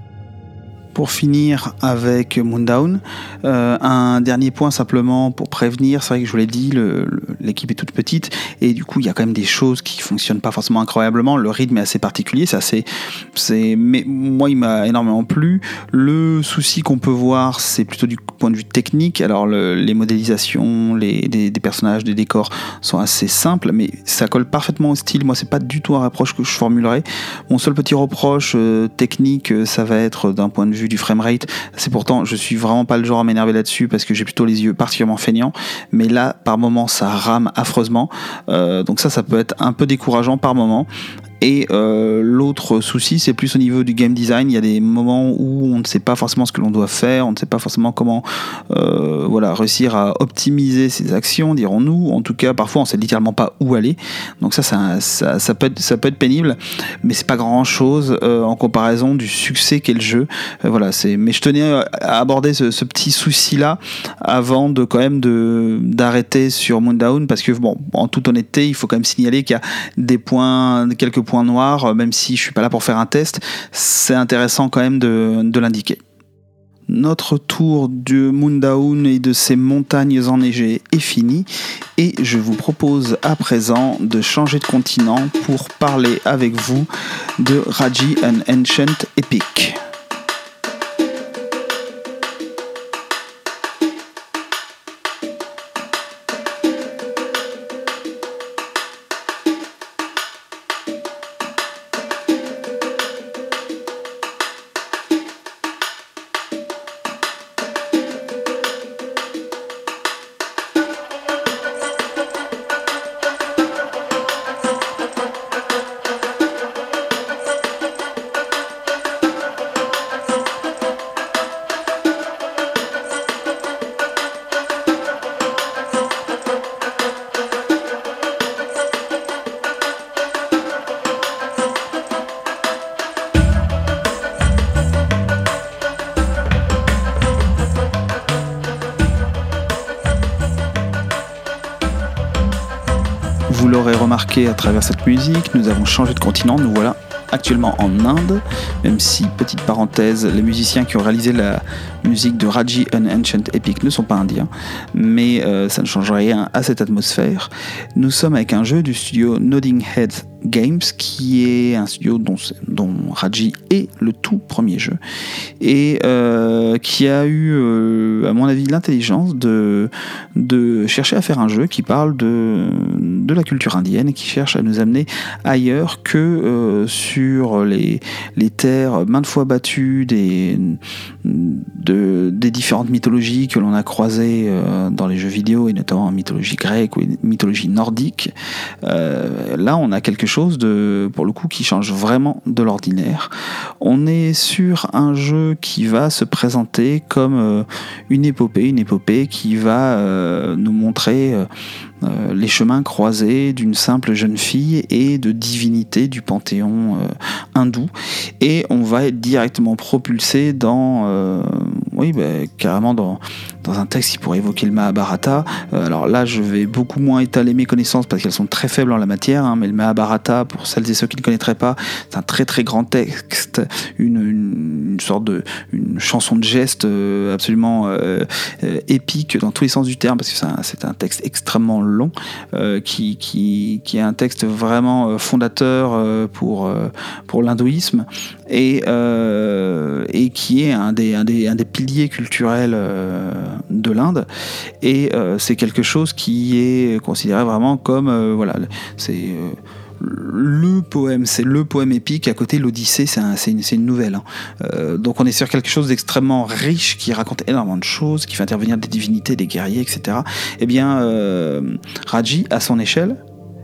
Pour finir avec Moondown, euh, un dernier point simplement pour prévenir, c'est vrai que je vous l'ai dit, le, le, l'équipe est toute petite et du coup il y a quand même des choses qui fonctionnent pas forcément incroyablement, le rythme est assez particulier, c'est assez, c'est, mais moi il m'a énormément plu. Le souci qu'on peut voir c'est plutôt du point de vue technique, alors le, les modélisations, les, des, des personnages, des décors sont assez simples mais ça colle parfaitement au style, moi c'est pas du tout un reproche que je formulerai. Mon seul petit reproche euh, technique euh, ça va être d'un point de vue du framerate, c'est pourtant je suis vraiment pas le genre à m'énerver là-dessus parce que j'ai plutôt les yeux particulièrement feignants, mais là par moments ça rame affreusement, euh, donc ça ça peut être un peu décourageant par moment. Et euh, l'autre souci, c'est plus au niveau du game design. Il y a des moments où on ne sait pas forcément ce que l'on doit faire, on ne sait pas forcément comment euh, voilà, réussir à optimiser ses actions, dirons-nous. En tout cas, parfois, on ne sait littéralement pas où aller. Donc ça, ça, ça, ça, peut, être, ça peut être pénible, mais c'est pas grand-chose euh, en comparaison du succès qu'est le jeu. Euh, voilà, c'est... Mais je tenais à aborder ce, ce petit souci-là avant de quand même de, d'arrêter sur Moondown, parce que bon, en toute honnêteté, il faut quand même signaler qu'il y a des points, quelques points noir, même si je suis pas là pour faire un test, c'est intéressant quand même de, de l'indiquer. Notre tour de Moondown et de ses montagnes enneigées est fini et je vous propose à présent de changer de continent pour parler avec vous de Raji an Ancient Epic. Vous l'aurez remarqué à travers cette musique, nous avons changé de continent, nous voilà actuellement en Inde, même si, petite parenthèse, les musiciens qui ont réalisé la musique de Raji an Ancient Epic ne sont pas indiens, mais euh, ça ne change rien à cette atmosphère. Nous sommes avec un jeu du studio Nodding Head Games, qui est un studio dont, dont Raji est le tout premier jeu, et euh, qui a eu, euh, à mon avis, l'intelligence de, de chercher à faire un jeu qui parle de, de la culture indienne et qui cherche à nous amener ailleurs que euh, sur les, les terres maintes fois battues des, de, des différentes mythologies que l'on a croisées euh, dans les jeux vidéo, et notamment en mythologie grecque ou mythologie nordique. Euh, là, on a quelque chose chose de, pour le coup, qui change vraiment de l'ordinaire. On est sur un jeu qui va se présenter comme euh, une épopée, une épopée qui va euh, nous montrer euh, euh, les chemins croisés d'une simple jeune fille et de divinités du panthéon euh, hindou, et on va être directement propulsé dans euh, oui, bah, carrément dans, dans un texte qui pourrait évoquer le Mahabharata. Euh, alors là, je vais beaucoup moins étaler mes connaissances parce qu'elles sont très faibles en la matière, hein, mais le Mahabharata, pour celles et ceux qui ne connaîtraient pas, c'est un très très grand texte, une, une, une sorte de une chanson de geste euh, absolument euh, euh, épique dans tous les sens du terme, parce que c'est un, c'est un texte extrêmement long, euh, qui, qui, qui est un texte vraiment euh, fondateur euh, pour, euh, pour l'hindouisme, et, euh, et qui est un des, un des, un des piliers culturels euh, de l'Inde, et euh, c'est quelque chose qui est considéré vraiment comme euh, voilà, c'est euh, le poème, c'est le poème épique. À côté, l'Odyssée, c'est, un, c'est, une, c'est une nouvelle. Hein. Euh, donc on est sur quelque chose d'extrêmement riche, qui raconte énormément de choses, qui fait intervenir des divinités, des guerriers, et cetera. Eh bien, euh, Raji, à son échelle,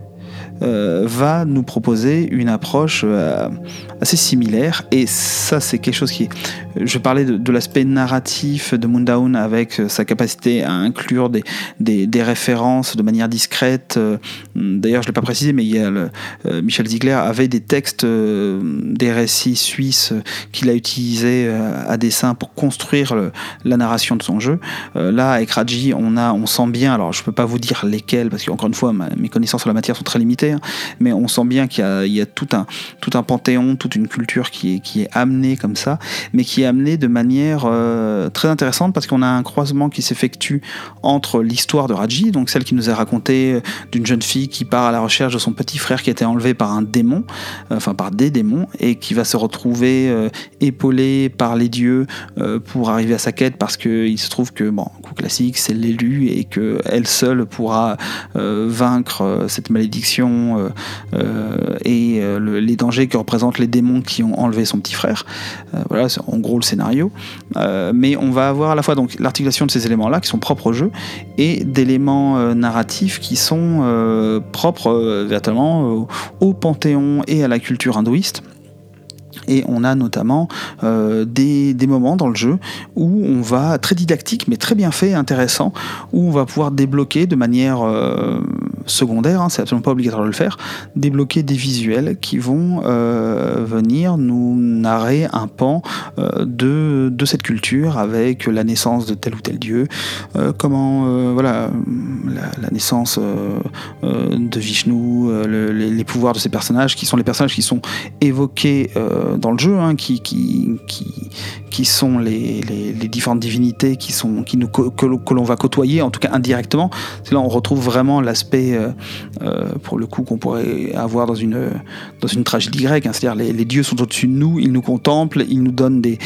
Euh, va nous proposer une approche euh, assez similaire, et ça c'est quelque chose qui est... Je parlais de, de l'aspect narratif de Moondown avec sa capacité à inclure des, des, des références de manière discrète. D'ailleurs je ne l'ai pas précisé, mais il y a le, euh, Michel Ziegler avait des textes, euh, des récits suisses qu'il a utilisés euh, à dessein pour construire le, la narration de son jeu. Euh, là avec Raji on, a, on sent bien, alors je ne peux pas vous dire lesquels parce qu'encore une fois ma, mes connaissances sur la matière sont très limitées, mais on sent bien qu'il y a, il y a tout, un, tout un panthéon, toute une culture qui est, qui est amenée comme ça, mais qui est amenée de manière euh, très intéressante, parce qu'on a un croisement qui s'effectue entre l'histoire de Raji, donc celle qui nous est racontée d'une jeune fille qui part à la recherche de son petit frère qui a été enlevé par un démon, euh, enfin par des démons, et qui va se retrouver euh, épaulée par les dieux euh, pour arriver à sa quête, parce qu'il se trouve que, bon, coup classique, c'est l'élu, et qu'elle seule pourra euh, vaincre euh, cette malédiction euh, euh, et euh, le, les dangers que représentent les démons qui ont enlevé son petit frère. Euh, voilà, c'est en gros le scénario. Euh, mais on va avoir à la fois donc l'articulation de ces éléments-là qui sont propres au jeu, et d'éléments euh, narratifs qui sont euh, propres euh, véritablement euh, au panthéon et à la culture hindouiste. Et on a notamment euh, des, des moments dans le jeu où on va, très didactique mais très bien fait, intéressant, où on va pouvoir débloquer de manière euh, secondaire, hein, c'est absolument pas obligatoire de le faire, débloquer des visuels qui vont euh, venir nous narrer un pan euh, de, de cette culture, avec la naissance de tel ou tel dieu, euh, comment euh, voilà, la, la naissance euh, euh, de Vishnu, euh, le, les, les pouvoirs de ces personnages, qui sont les personnages qui sont évoqués euh, dans le jeu, hein, qui, qui, qui, qui sont les, les, les différentes divinités qui, sont, qui nous, que, que l'on va côtoyer, en tout cas indirectement. C'est là on retrouve vraiment l'aspect, euh, euh, pour le coup, qu'on pourrait avoir dans une, dans une tragédie grecque, hein, c'est-à-dire les, les dieux sont au-dessus de nous, ils nous contemplent, ils nous donnent des,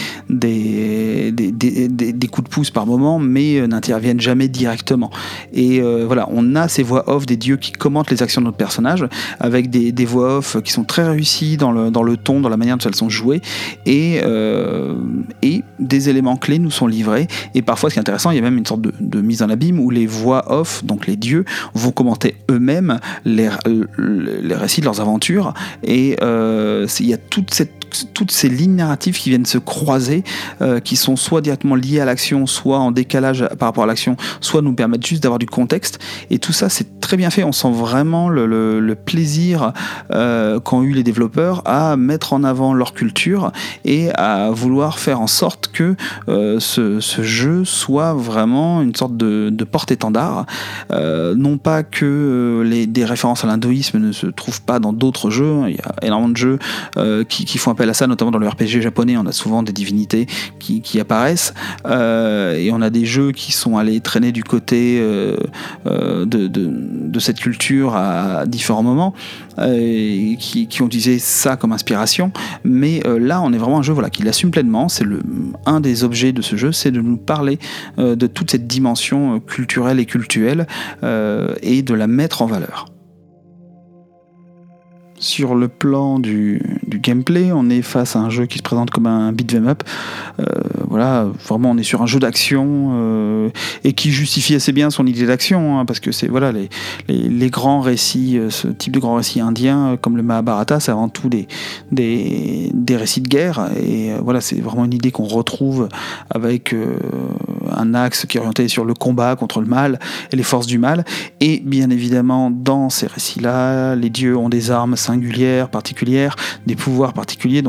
des, des, des, des, des coups de pouce par moment, mais euh, n'interviennent jamais directement. Et euh, voilà, on a ces voix off des dieux qui commentent les actions de notre personnage, avec des, des voix off qui sont très réussies dans le, dans le ton, dans la manière dont elles sont jouées, et, euh, et des éléments clés nous sont livrés. Et parfois, ce qui est intéressant, il y a même une sorte de, de mise en abîme où les voix off, donc les dieux, vont commenter eux-mêmes les, les récits de leurs aventures, et euh, il y a toute cette toutes ces lignes narratives qui viennent se croiser, euh, qui sont soit directement liées à l'action, soit en décalage par rapport à l'action, soit nous permettent juste d'avoir du contexte. Et tout ça, c'est très bien fait. On sent vraiment le, le, le plaisir euh, qu'ont eu les développeurs à mettre en avant leur culture et à vouloir faire en sorte que euh, ce, ce jeu soit vraiment une sorte de, de porte-étendard. Euh, non pas que les, des références à l'hindouisme ne se trouvent pas dans d'autres jeux. Il y a énormément de jeux euh, qui, qui font appel à ça, notamment dans le R P G japonais, on a souvent des divinités qui, qui apparaissent, euh, et on a des jeux qui sont allés traîner du côté euh, euh, de, de, de cette culture à différents moments, euh, et qui, qui ont utilisé ça comme inspiration, mais euh, là on est vraiment un jeu voilà, qui l'assume pleinement. C'est le, un des objets de ce jeu, c'est de nous parler euh, de toute cette dimension culturelle et cultuelle, euh, et de la mettre en valeur. Sur le plan du, du gameplay, on est face à un jeu qui se présente comme un beat'em up. Euh, voilà, vraiment, on est sur un jeu d'action euh, et qui justifie assez bien son idée d'action, hein, parce que c'est voilà les, les, les grands récits, ce type de grands récits indiens comme le Mahabharata, c'est avant tout des, des, des récits de guerre. Et euh, voilà, c'est vraiment une idée qu'on retrouve avec euh, un axe qui est orienté sur le combat contre le mal et les forces du mal. Et bien évidemment, dans ces récits-là, les dieux ont des armes singulières, particulières, des pouvoirs particuliers, donc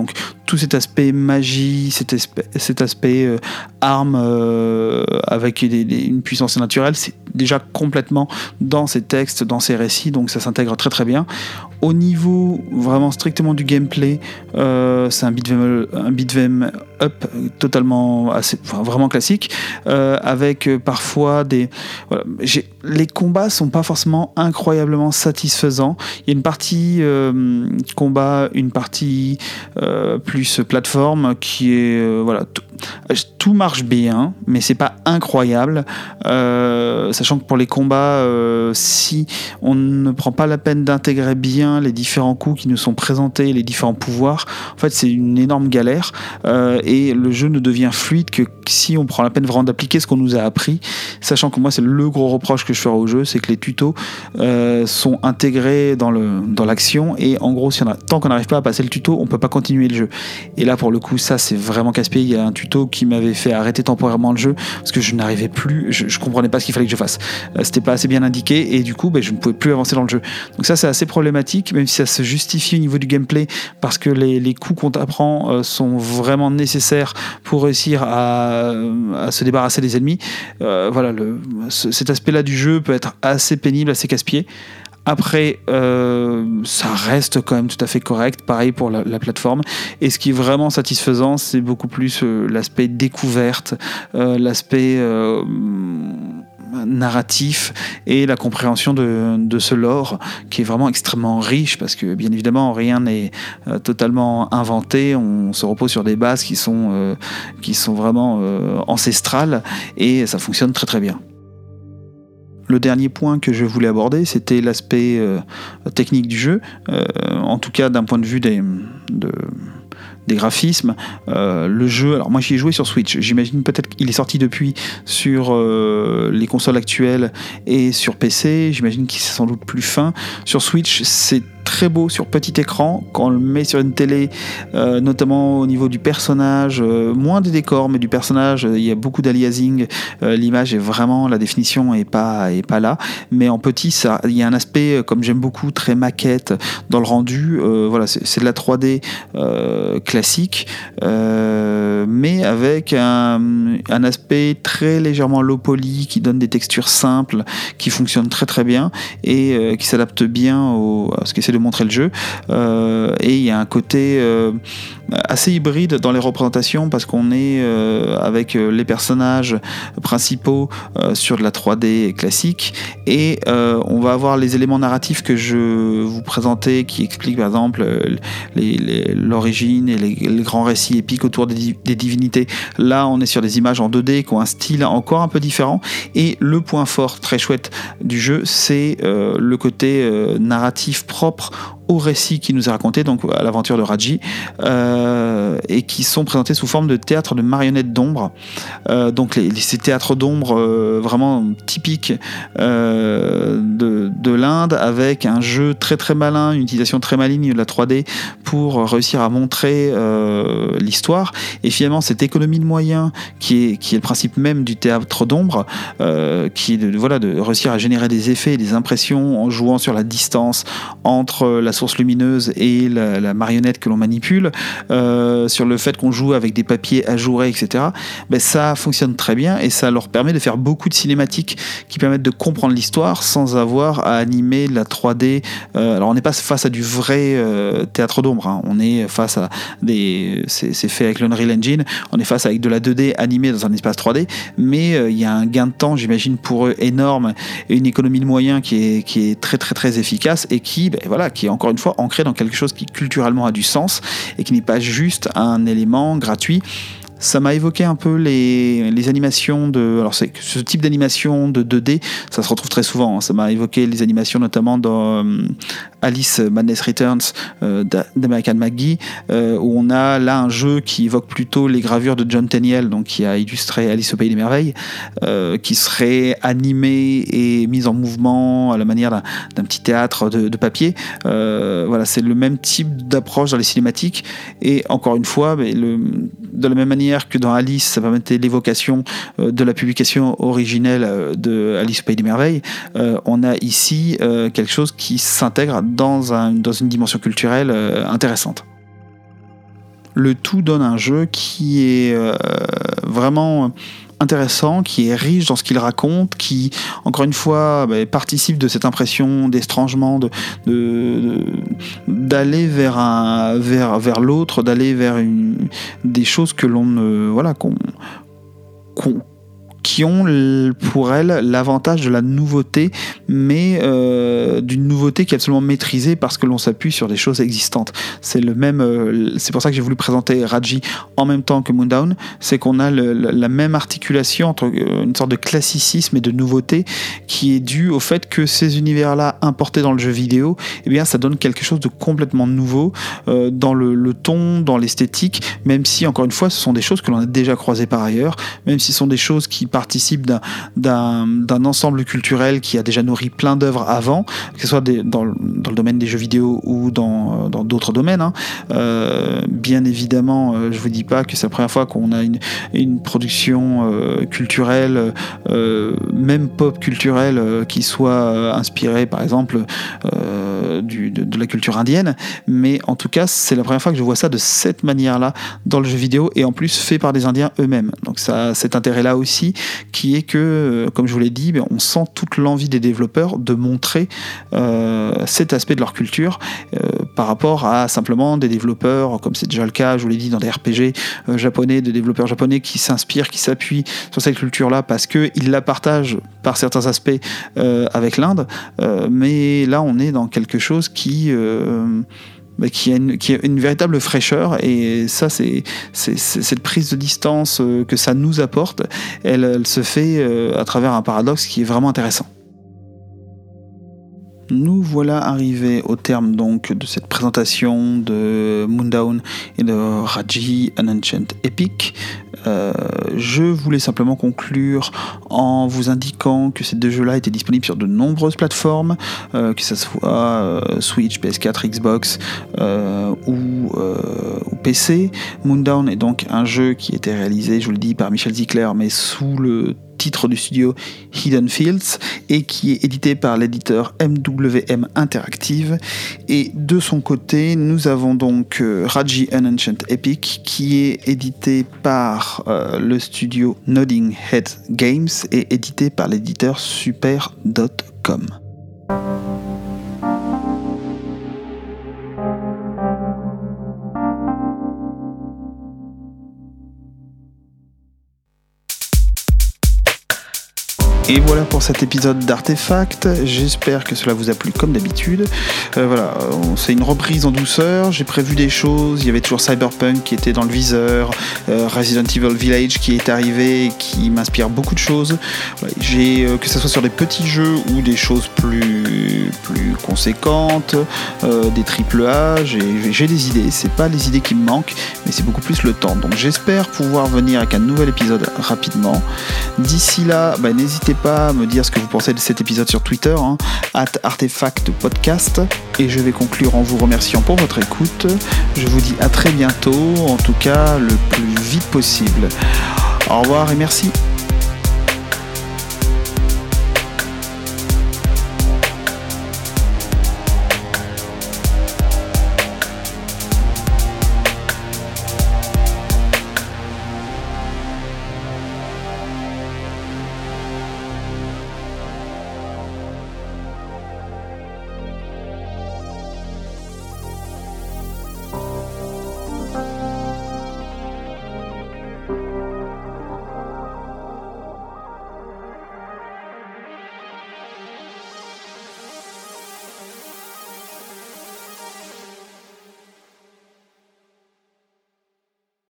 tout cet aspect magie, cet aspect, cet aspect euh, arme euh, avec des, des, une puissance naturelle, c'est déjà complètement dans ces textes, dans ces récits, donc ça s'intègre très très bien. Au niveau vraiment strictement du gameplay, euh, c'est un beat'em, un beat'em up totalement assez, enfin, vraiment classique, euh, avec euh, parfois des... Voilà, j'ai, les combats sont pas forcément incroyablement satisfaisants. Il y a une partie euh, combat, une partie euh, plus plateforme qui est... Euh, voilà, tout, tout marche bien, mais c'est pas incroyable. Euh, sachant que pour les combats, euh, si on ne prend pas la peine d'intégrer bien les différents coups qui nous sont présentés, les différents pouvoirs, en fait c'est une énorme galère euh, et le jeu ne devient fluide que si on prend la peine vraiment d'appliquer ce qu'on nous a appris, sachant que moi c'est le gros reproche que je ferai au jeu, c'est que les tutos euh, sont intégrés dans, le, dans l'action et en gros si on a, tant qu'on n'arrive pas à passer le tuto on peut pas continuer le jeu, et là pour le coup ça c'est vraiment casse-pied. Il y a un tuto qui m'avait fait arrêter temporairement le jeu parce que je n'arrivais plus, je, je comprenais pas ce qu'il fallait que je fasse, euh, c'était pas assez bien indiqué et du coup ben, je ne pouvais plus avancer dans le jeu, donc ça c'est assez problématique, même si ça se justifie au niveau du gameplay parce que les, les coups qu'on t'apprend euh, sont vraiment nécessaires pour réussir à, à se débarrasser des ennemis. Euh, voilà, le, ce, cet aspect-là du jeu peut être assez pénible, assez casse-pied. Après, euh, ça reste quand même tout à fait correct, pareil pour la, la plateforme. Et ce qui est vraiment satisfaisant, c'est beaucoup plus euh, l'aspect découverte, euh, l'aspect euh, narratif et la compréhension de, de ce lore qui est vraiment extrêmement riche parce que bien évidemment rien n'est euh, totalement inventé, on se repose sur des bases qui sont, euh, qui sont vraiment euh, ancestrales et ça fonctionne très très bien. Le dernier point que je voulais aborder, c'était l'aspect euh, technique du jeu, euh, en tout cas d'un point de vue des, de, des graphismes. Euh, le jeu, alors moi j'y ai joué sur Switch, j'imagine peut-être qu'il est sorti depuis sur euh, les consoles actuelles et sur P C, j'imagine qu'il est sans doute plus fin. Sur Switch, c'est très beau sur petit écran, quand on le met sur une télé, euh, notamment au niveau du personnage, euh, moins des décors, mais du personnage, euh, il y a beaucoup d'aliasing, euh, l'image est vraiment, la définition est pas, est pas là, mais en petit, ça, il y a un aspect, comme j'aime beaucoup, très maquette dans le rendu, euh, voilà, c'est, c'est de la trois D euh, classique, euh, mais avec un, un aspect très légèrement low poly, qui donne des textures simples, qui fonctionnent très très bien, et euh, qui s'adapte bien au, à ce qu'essaie de montrer le jeu, euh, et il y a un côté euh, assez hybride dans les représentations parce qu'on est euh, avec les personnages principaux euh, sur de la trois D classique et euh, on va avoir les éléments narratifs que je vous présentais qui expliquent par exemple les, les, l'origine et les, les grands récits épiques autour des, des divinités. Là on est sur des images en deux D qui ont un style encore un peu différent et le point fort très chouette du jeu c'est euh, le côté euh, narratif propre au récit qui nous est raconté, donc à l'aventure de Raji, euh, et qui sont présentés sous forme de théâtre de marionnettes d'ombre. Euh, donc les, ces théâtres d'ombre euh, vraiment typiques euh, de, de l'Inde, avec un jeu très très malin, une utilisation très maligne de la trois D pour réussir à montrer euh, l'histoire. Et finalement, cette économie de moyens, qui est, qui est le principe même du théâtre d'ombre, euh, qui est de, voilà, de réussir à générer des effets et des impressions en jouant sur la distance entre la source lumineuse et la, la marionnette que l'on manipule, euh, sur le fait qu'on joue avec des papiers ajourés, et cetera. Ben ça fonctionne très bien et ça leur permet de faire beaucoup de cinématiques qui permettent de comprendre l'histoire sans avoir à animer de la trois D. Euh, alors on n'est pas face à du vrai euh, théâtre d'ombre, hein. On est face à des, c'est, c'est fait avec l'Unreal Engine, on est face avec de la deux D animée dans un espace trois D, mais il euh, y a un gain de temps, j'imagine pour eux énorme et une économie de moyens qui est qui est très très très efficace et qui ben, voilà qui est encore une fois ancré dans quelque chose qui culturellement a du sens et qui n'est pas juste un élément gratuit. Ça m'a évoqué un peu les, les animations de... Alors, c'est, ce type d'animation de deux D, ça se retrouve très souvent. Hein. Ça m'a évoqué les animations notamment dans euh, Alice Madness Returns euh, d'American McGee, euh, où on a là un jeu qui évoque plutôt les gravures de John Tenniel, donc qui a illustré Alice au Pays des Merveilles, euh, qui serait animé et mis en mouvement à la manière d'un, d'un petit théâtre de, de papier. Euh, voilà, c'est le même type d'approche dans les cinématiques. Et encore une fois, mais le, de la même manière que dans Alice, ça permettait l'évocation euh, de la publication originelle euh, de Alice au Pays des Merveilles, euh, on a ici euh, quelque chose qui s'intègre dans, un, dans une dimension culturelle euh, intéressante. le tout donne un jeu qui est euh, vraiment intéressant, qui est riche dans ce qu'il raconte, qui, encore une fois, bah, participe de cette impression d'étrangement, de, de, de, d'aller vers, un, vers, vers l'autre, d'aller vers une, des choses que l'on ne... Voilà, qu'on... qu'on qui ont pour elle l'avantage de la nouveauté, mais euh, d'une nouveauté qui est absolument maîtrisée parce que l'on s'appuie sur des choses existantes. C'est le même, euh, c'est pour ça que j'ai voulu présenter Raji en même temps que Moondown, c'est qu'on a le, la même articulation entre une sorte de classicisme et de nouveauté qui est due au fait que ces univers-là importés dans le jeu vidéo, eh bien ça donne quelque chose de complètement nouveau euh, dans le, le ton, dans l'esthétique, même si encore une fois ce sont des choses que l'on a déjà croisées par ailleurs, même si ce sont des choses qui participe d'un, d'un, d'un ensemble culturel qui a déjà nourri plein d'œuvres avant, que ce soit des, dans, dans le domaine des jeux vidéo ou dans, dans d'autres domaines. Hein. Euh, bien évidemment, euh, je ne vous dis pas que c'est la première fois qu'on a une, une production euh, culturelle, euh, même pop culturelle, euh, qui soit euh, inspirée par exemple euh, du, de, de la culture indienne, mais en tout cas, c'est la première fois que je vois ça de cette manière-là dans le jeu vidéo, et en plus fait par des Indiens eux-mêmes. Donc ça, cet intérêt-là aussi, qui est que, comme je vous l'ai dit, on sent toute l'envie des développeurs de montrer euh, cet aspect de leur culture euh, par rapport à simplement des développeurs, comme c'est déjà le cas, je vous l'ai dit, dans des R P G euh, japonais, des développeurs japonais qui s'inspirent, qui s'appuient sur cette culture-là parce qu'ils la partagent par certains aspects euh, avec l'Inde, euh, mais là on est dans quelque chose qui... Euh, Bah, qui, a une, qui a une véritable fraîcheur, et ça c'est, c'est, c'est cette prise de distance euh, que ça nous apporte, elle, elle se fait euh, à travers un paradoxe qui est vraiment intéressant. Nous voilà arrivés au terme donc de cette présentation de Moondown et de Raji An Ancient Epic. Euh, je voulais simplement conclure en vous indiquant que ces deux jeux-là étaient disponibles sur de nombreuses plateformes, euh, que ce soit euh, Switch, P S quatre, Xbox euh, ou, euh, ou P C. Moondown est donc un jeu qui a été réalisé, je vous le dis, par Michel Zickler, mais sous le titre du studio Hidden Fields, et qui est édité par l'éditeur M W M Interactive. Et de son côté, nous avons donc euh, Raji An Ancient Epic, qui est édité par euh, le studio Nodding Head Games et édité par l'éditeur Super point com. Et voilà pour cet épisode d'Artefact. J'espère que cela vous a plu comme d'habitude. Euh, voilà, c'est une reprise en douceur. J'ai prévu des choses. Il y avait toujours Cyberpunk qui était dans le viseur, euh, Resident Evil Village qui est arrivé et qui m'inspire beaucoup de choses. Voilà, j'ai, euh, que ce soit sur des petits jeux ou des choses plus, plus conséquentes, euh, des triple A, j'ai, j'ai des idées. C'est pas les idées qui me manquent, mais c'est beaucoup plus le temps. Donc j'espère pouvoir venir avec un nouvel épisode rapidement. D'ici là, bah, n'hésitez pas à me dire ce que vous pensez de cet épisode sur Twitter, hein, artefact artefact podcast, et je vais conclure en vous remerciant pour votre écoute. Je vous dis à très bientôt, en tout cas le plus vite possible. Au revoir et merci.